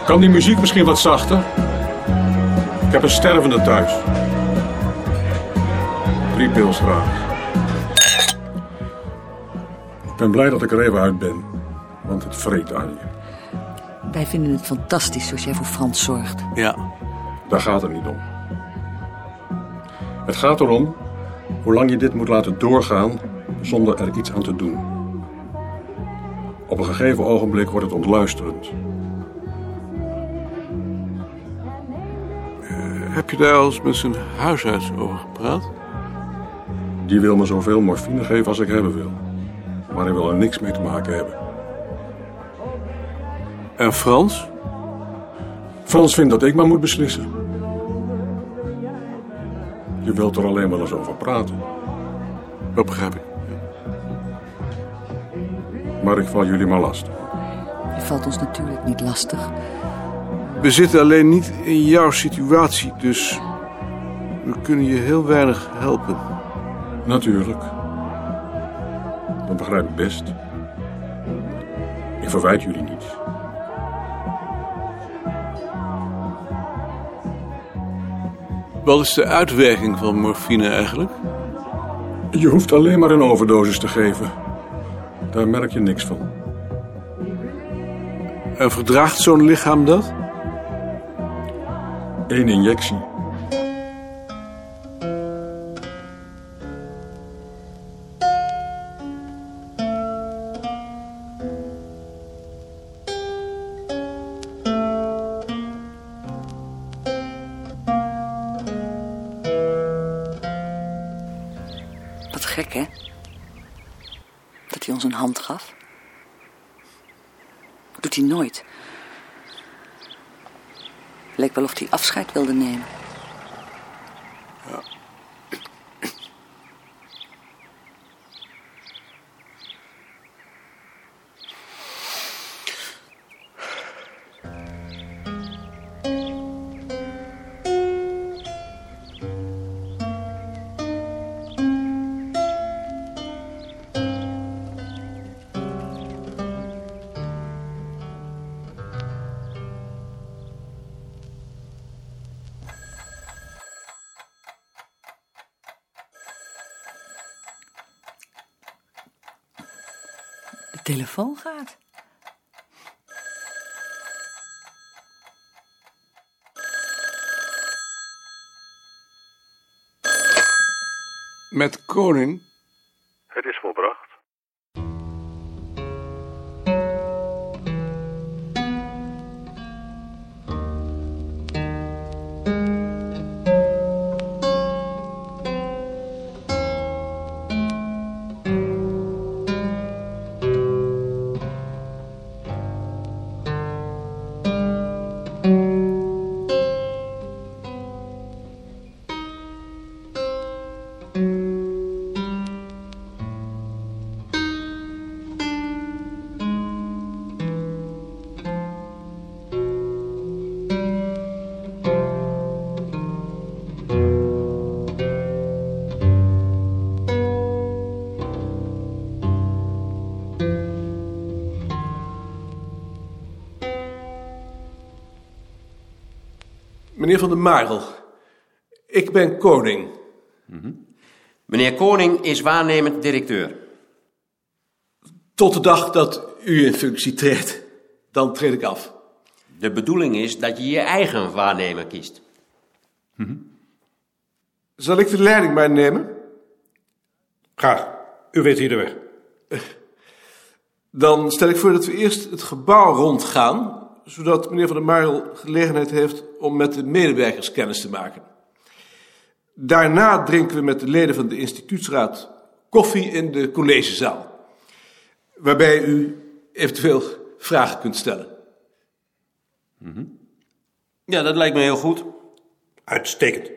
Kan die muziek misschien wat zachter? Ik heb een stervende thuis. 3 pils graag. Ik ben blij dat ik er even uit ben, want het vreet aan je. Wij vinden het fantastisch zoals jij voor Frans zorgt. Ja. Daar gaat het niet om. Het gaat erom hoe lang je dit moet laten doorgaan zonder er iets aan te doen. Op een gegeven ogenblik wordt het ontluisterend. Heb je daar al eens met zijn huisarts over gepraat? Die wil me zoveel morfine geven als ik hebben wil. Maar hij wil er niks mee te maken hebben. En Frans? Frans vindt dat ik maar moet beslissen. Je wilt er alleen wel eens over praten. Dat begrijp ik. Maar ik val jullie maar lastig. Je valt ons natuurlijk niet lastig. We zitten alleen niet in jouw situatie, dus we kunnen je heel weinig helpen. Natuurlijk. Dat begrijp ik best. Ik verwijt jullie niets. Wat is de uitwerking van morfine eigenlijk? Je hoeft alleen maar een overdosis te geven. Daar merk je niks van. En verdraagt zo'n lichaam dat? 1 injectie. Wat gek, hè? Dat hij ons een hand gaf. Doet hij nooit. Leek wel of hij afscheid wilde nemen. Ja. De telefoon gaat. Met Koning? Het is volbracht. Meneer Van der Marel, ik ben Koning. Meneer Koning is waarnemend directeur. Tot de dag dat u in functie treedt, dan treed ik af. De bedoeling is dat je je eigen waarnemer kiest. Zal ik de leiding maar nemen? Graag. U weet hier de weg. Dan stel ik voor dat we eerst het gebouw rondgaan, zodat meneer Van der Marel gelegenheid heeft om met de medewerkers kennis te maken. Daarna drinken we met de leden van de instituutsraad koffie in de collegezaal, waarbij u eventueel vragen kunt stellen. Ja, dat lijkt me heel goed. Uitstekend.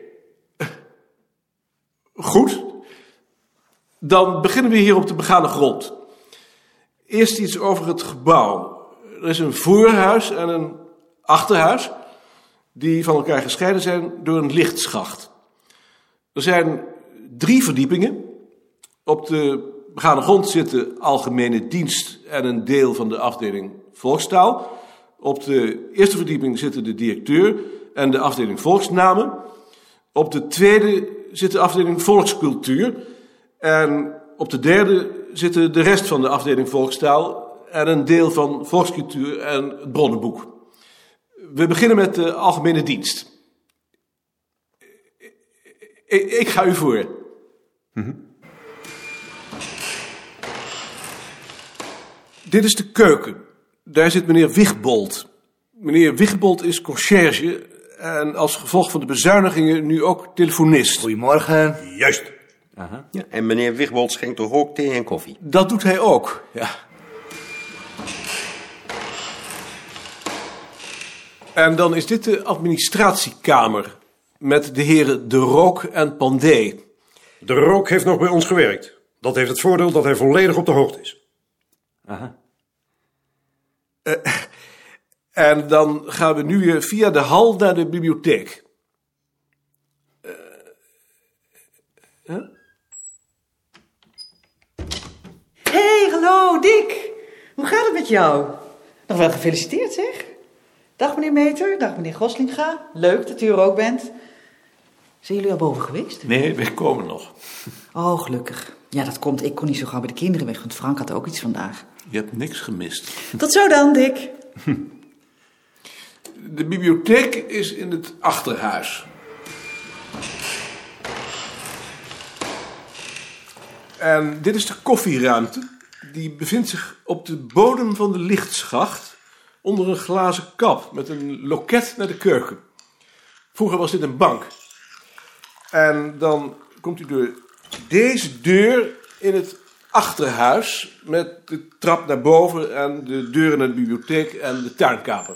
Goed. Dan beginnen we hier op de begane grond. Eerst iets over het gebouw. Er is een voorhuis en een achterhuis die van elkaar gescheiden zijn door een lichtschacht. Er zijn 3 verdiepingen. Op de begane grond zitten algemene dienst en een deel van de afdeling volkstaal. Op de eerste verdieping zitten de directeur en de afdeling volksnamen. Op de tweede zit de afdeling volkscultuur. En op de derde zitten de rest van de afdeling volkstaal en een deel van volkscultuur en het bronnenboek. We beginnen met de algemene dienst. Ik ga u voor. Dit is de keuken. Daar zit meneer Wigbold. Meneer Wigbold is conciërge en als gevolg van de bezuinigingen nu ook telefonist. Goedemorgen. Juist. Ja, en meneer Wigbold schenkt toch ook thee en koffie? Dat doet hij ook, ja. En dan is dit de administratiekamer met de heren De Rook en Pandé. De Rook heeft nog bij ons gewerkt. Dat heeft het voordeel dat hij volledig op de hoogte is. En dan gaan we nu weer via de hal naar de bibliotheek. Hey, hallo, Dick. Hoe gaat het met jou? Nog wel gefeliciteerd, zeg. Dag, meneer Meter. Dag, meneer Goslinga. Leuk dat u er ook bent. Zijn jullie al boven geweest? Nee, we komen nog. Oh, gelukkig. Ja, dat komt. Ik kon niet zo gauw bij de kinderen weg, want Frank had ook iets vandaag. Je hebt niks gemist. Tot zo dan, Dick. De bibliotheek is in het achterhuis. En dit is de koffieruimte. Die bevindt zich op de bodem van de lichtschacht onder een glazen kap met een loket naar de keuken. Vroeger was dit een bank. En dan komt u door deze deur in het achterhuis met de trap naar boven en de deuren naar de bibliotheek en de tuinkamer.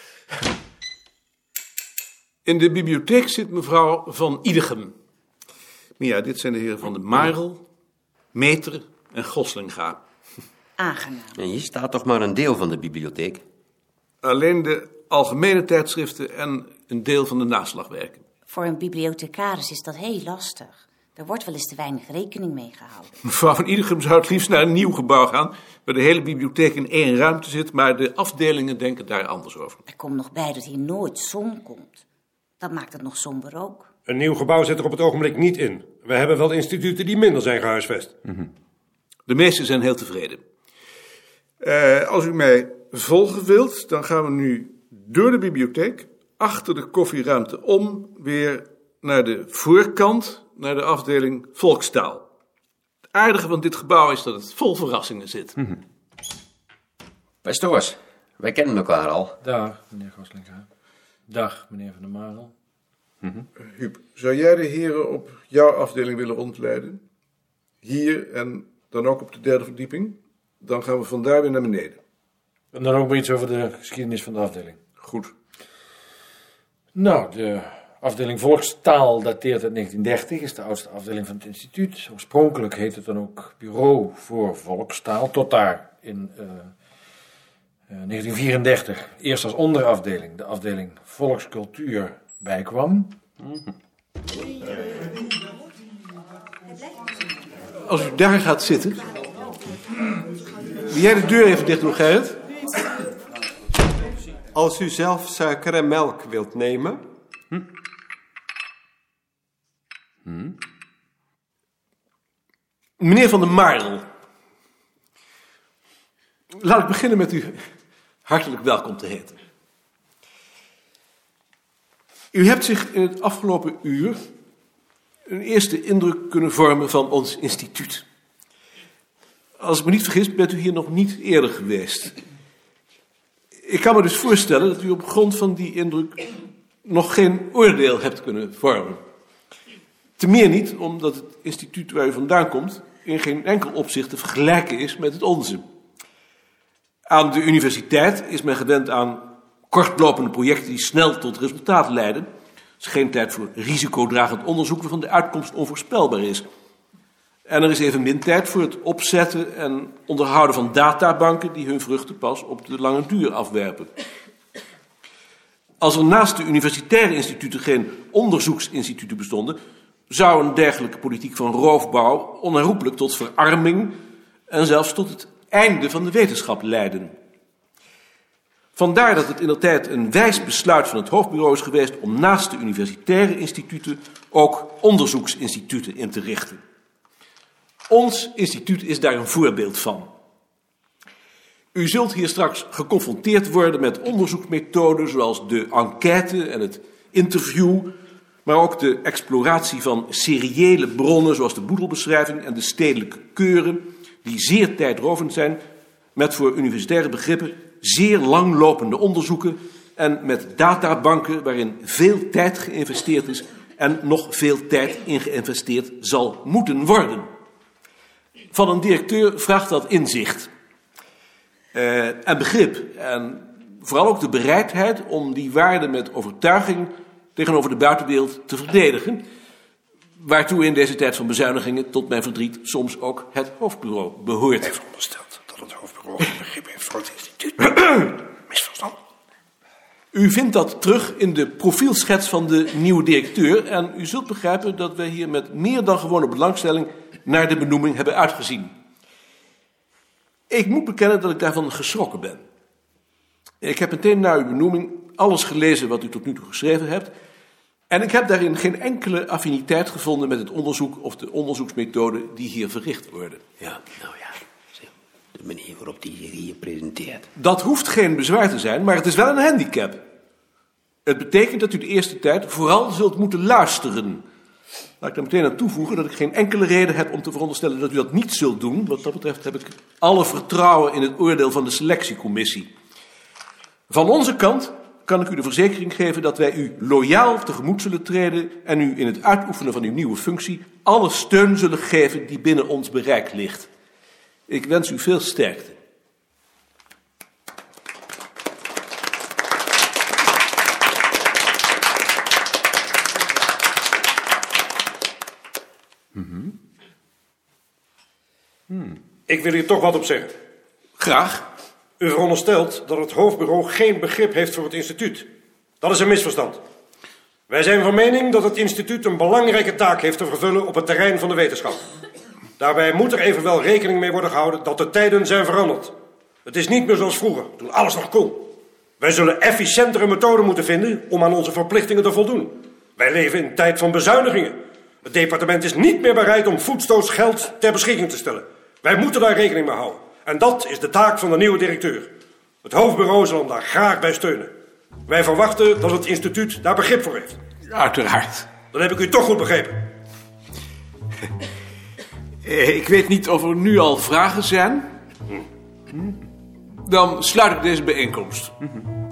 In de bibliotheek zit mevrouw Van Idegem. Maar ja, dit zijn de heren van de Marel, Meter en Goslinga. Aangenaam. En hier staat toch maar een deel van de bibliotheek? Alleen de algemene tijdschriften en een deel van de naslagwerken. Voor een bibliothecaris is dat heel lastig. Er wordt wel eens te weinig rekening mee gehouden. Mevrouw Van Idegem zou het liefst naar een nieuw gebouw gaan, waar de hele bibliotheek in één ruimte zit, maar de afdelingen denken daar anders over. Er komt nog bij dat hier nooit zon komt. Dat maakt het nog somber ook. Een nieuw gebouw zit er op het ogenblik niet in. We hebben wel instituten die minder zijn gehuisvest. De meesten zijn heel tevreden. Als u mij volgen wilt, dan gaan we nu door de bibliotheek, achter de koffieruimte om, weer naar de voorkant, naar de afdeling volkstaal. Het aardige van dit gebouw is dat het vol verrassingen zit. Pastoors, wij kennen elkaar al. Dag, meneer Goslinga. Dag, meneer Van der Marel. Huub, zou jij de heren op jouw afdeling willen rondleiden? Hier en dan ook op de derde verdieping? Dan gaan we vandaar weer naar beneden. En dan ook maar iets over de geschiedenis van de afdeling. Goed. Nou, de afdeling volkstaal dateert uit 1930, is de oudste afdeling van het instituut. Oorspronkelijk heet het dan ook Bureau voor Volkstaal, tot daar in 1934 eerst als onderafdeling de afdeling volkscultuur bijkwam. Als u daar gaat zitten. Wil jij de deur even dicht doen, Gerrit? Als u zelf suiker en melk wilt nemen. Meneer Van der Marel. Laat ik beginnen met u hartelijk welkom te heten. U hebt zich in het afgelopen uur een eerste indruk kunnen vormen van ons instituut. Als ik me niet vergis, bent u hier nog niet eerder geweest. Ik kan me dus voorstellen dat u op grond van die indruk nog geen oordeel hebt kunnen vormen. Te meer niet, omdat het instituut waar u vandaan komt in geen enkel opzicht te vergelijken is met het onze. Aan de universiteit is men gewend aan kortlopende projecten die snel tot resultaat leiden. Het is geen tijd voor risicodragend onderzoek waarvan de uitkomst onvoorspelbaar is. En er is evenmin tijd voor het opzetten en onderhouden van databanken die hun vruchten pas op de lange duur afwerpen. Als er naast de universitaire instituten geen onderzoeksinstituten bestonden, zou een dergelijke politiek van roofbouw onherroepelijk tot verarming en zelfs tot het einde van de wetenschap leiden. Vandaar dat het indertijd een wijs besluit van het hoofdbureau is geweest om naast de universitaire instituten ook onderzoeksinstituten in te richten. Ons instituut is daar een voorbeeld van. U zult hier straks geconfronteerd worden met onderzoeksmethoden zoals de enquête en het interview, maar ook de exploratie van seriële bronnen zoals de boedelbeschrijving en de stedelijke keuren, die zeer tijdrovend zijn, met voor universitaire begrippen zeer langlopende onderzoeken en met databanken waarin veel tijd geïnvesteerd is en nog veel tijd in geïnvesteerd zal moeten worden. Van een directeur vraagt dat inzicht en begrip en vooral ook de bereidheid om die waarden met overtuiging tegenover de buitenwereld te verdedigen, waartoe in deze tijd van bezuinigingen tot mijn verdriet soms ook het hoofdbureau behoort. Hij veronderstelt dat het hoofdbureau geen begrip heeft voor het instituut. Misverstand. U vindt dat terug in de profielschets van de nieuwe directeur en u zult begrijpen dat wij hier met meer dan gewone belangstelling naar de benoeming hebben uitgezien. Ik moet bekennen dat ik daarvan geschrokken ben. Ik heb meteen na uw benoeming alles gelezen wat u tot nu toe geschreven hebt en ik heb daarin geen enkele affiniteit gevonden met het onderzoek of de onderzoeksmethode die hier verricht worden. Ja, nou ja, de manier waarop die zich hier presenteert. Dat hoeft geen bezwaar te zijn, maar het is wel een handicap. Het betekent dat u de eerste tijd vooral zult moeten luisteren. Laat ik er meteen aan toevoegen dat ik geen enkele reden heb om te veronderstellen dat u dat niet zult doen. Wat dat betreft heb ik alle vertrouwen in het oordeel van de selectiecommissie. Van onze kant kan ik u de verzekering geven dat wij u loyaal tegemoet zullen treden en u in het uitoefenen van uw nieuwe functie alle steun zullen geven die binnen ons bereik ligt. Ik wens u veel sterkte. Ik wil hier toch wat op zeggen. Graag. U veronderstelt dat het hoofdbureau geen begrip heeft voor het instituut. Dat is een misverstand. Wij zijn van mening dat het instituut een belangrijke taak heeft te vervullen op het terrein van de wetenschap. Daarbij moet er evenwel rekening mee worden gehouden dat de tijden zijn veranderd. Het is niet meer zoals vroeger, toen alles nog kon. Wij zullen efficiëntere methoden moeten vinden om aan onze verplichtingen te voldoen. Wij leven in een tijd van bezuinigingen. Het departement is niet meer bereid om voetstoots geld ter beschikking te stellen. Wij moeten daar rekening mee houden. En dat is de taak van de nieuwe directeur. Het hoofdbureau zal hem daar graag bij steunen. Wij verwachten dat het instituut daar begrip voor heeft. Uiteraard. Dat heb ik u toch goed begrepen. Ik weet niet of er nu al vragen zijn. Dan sluit ik deze bijeenkomst.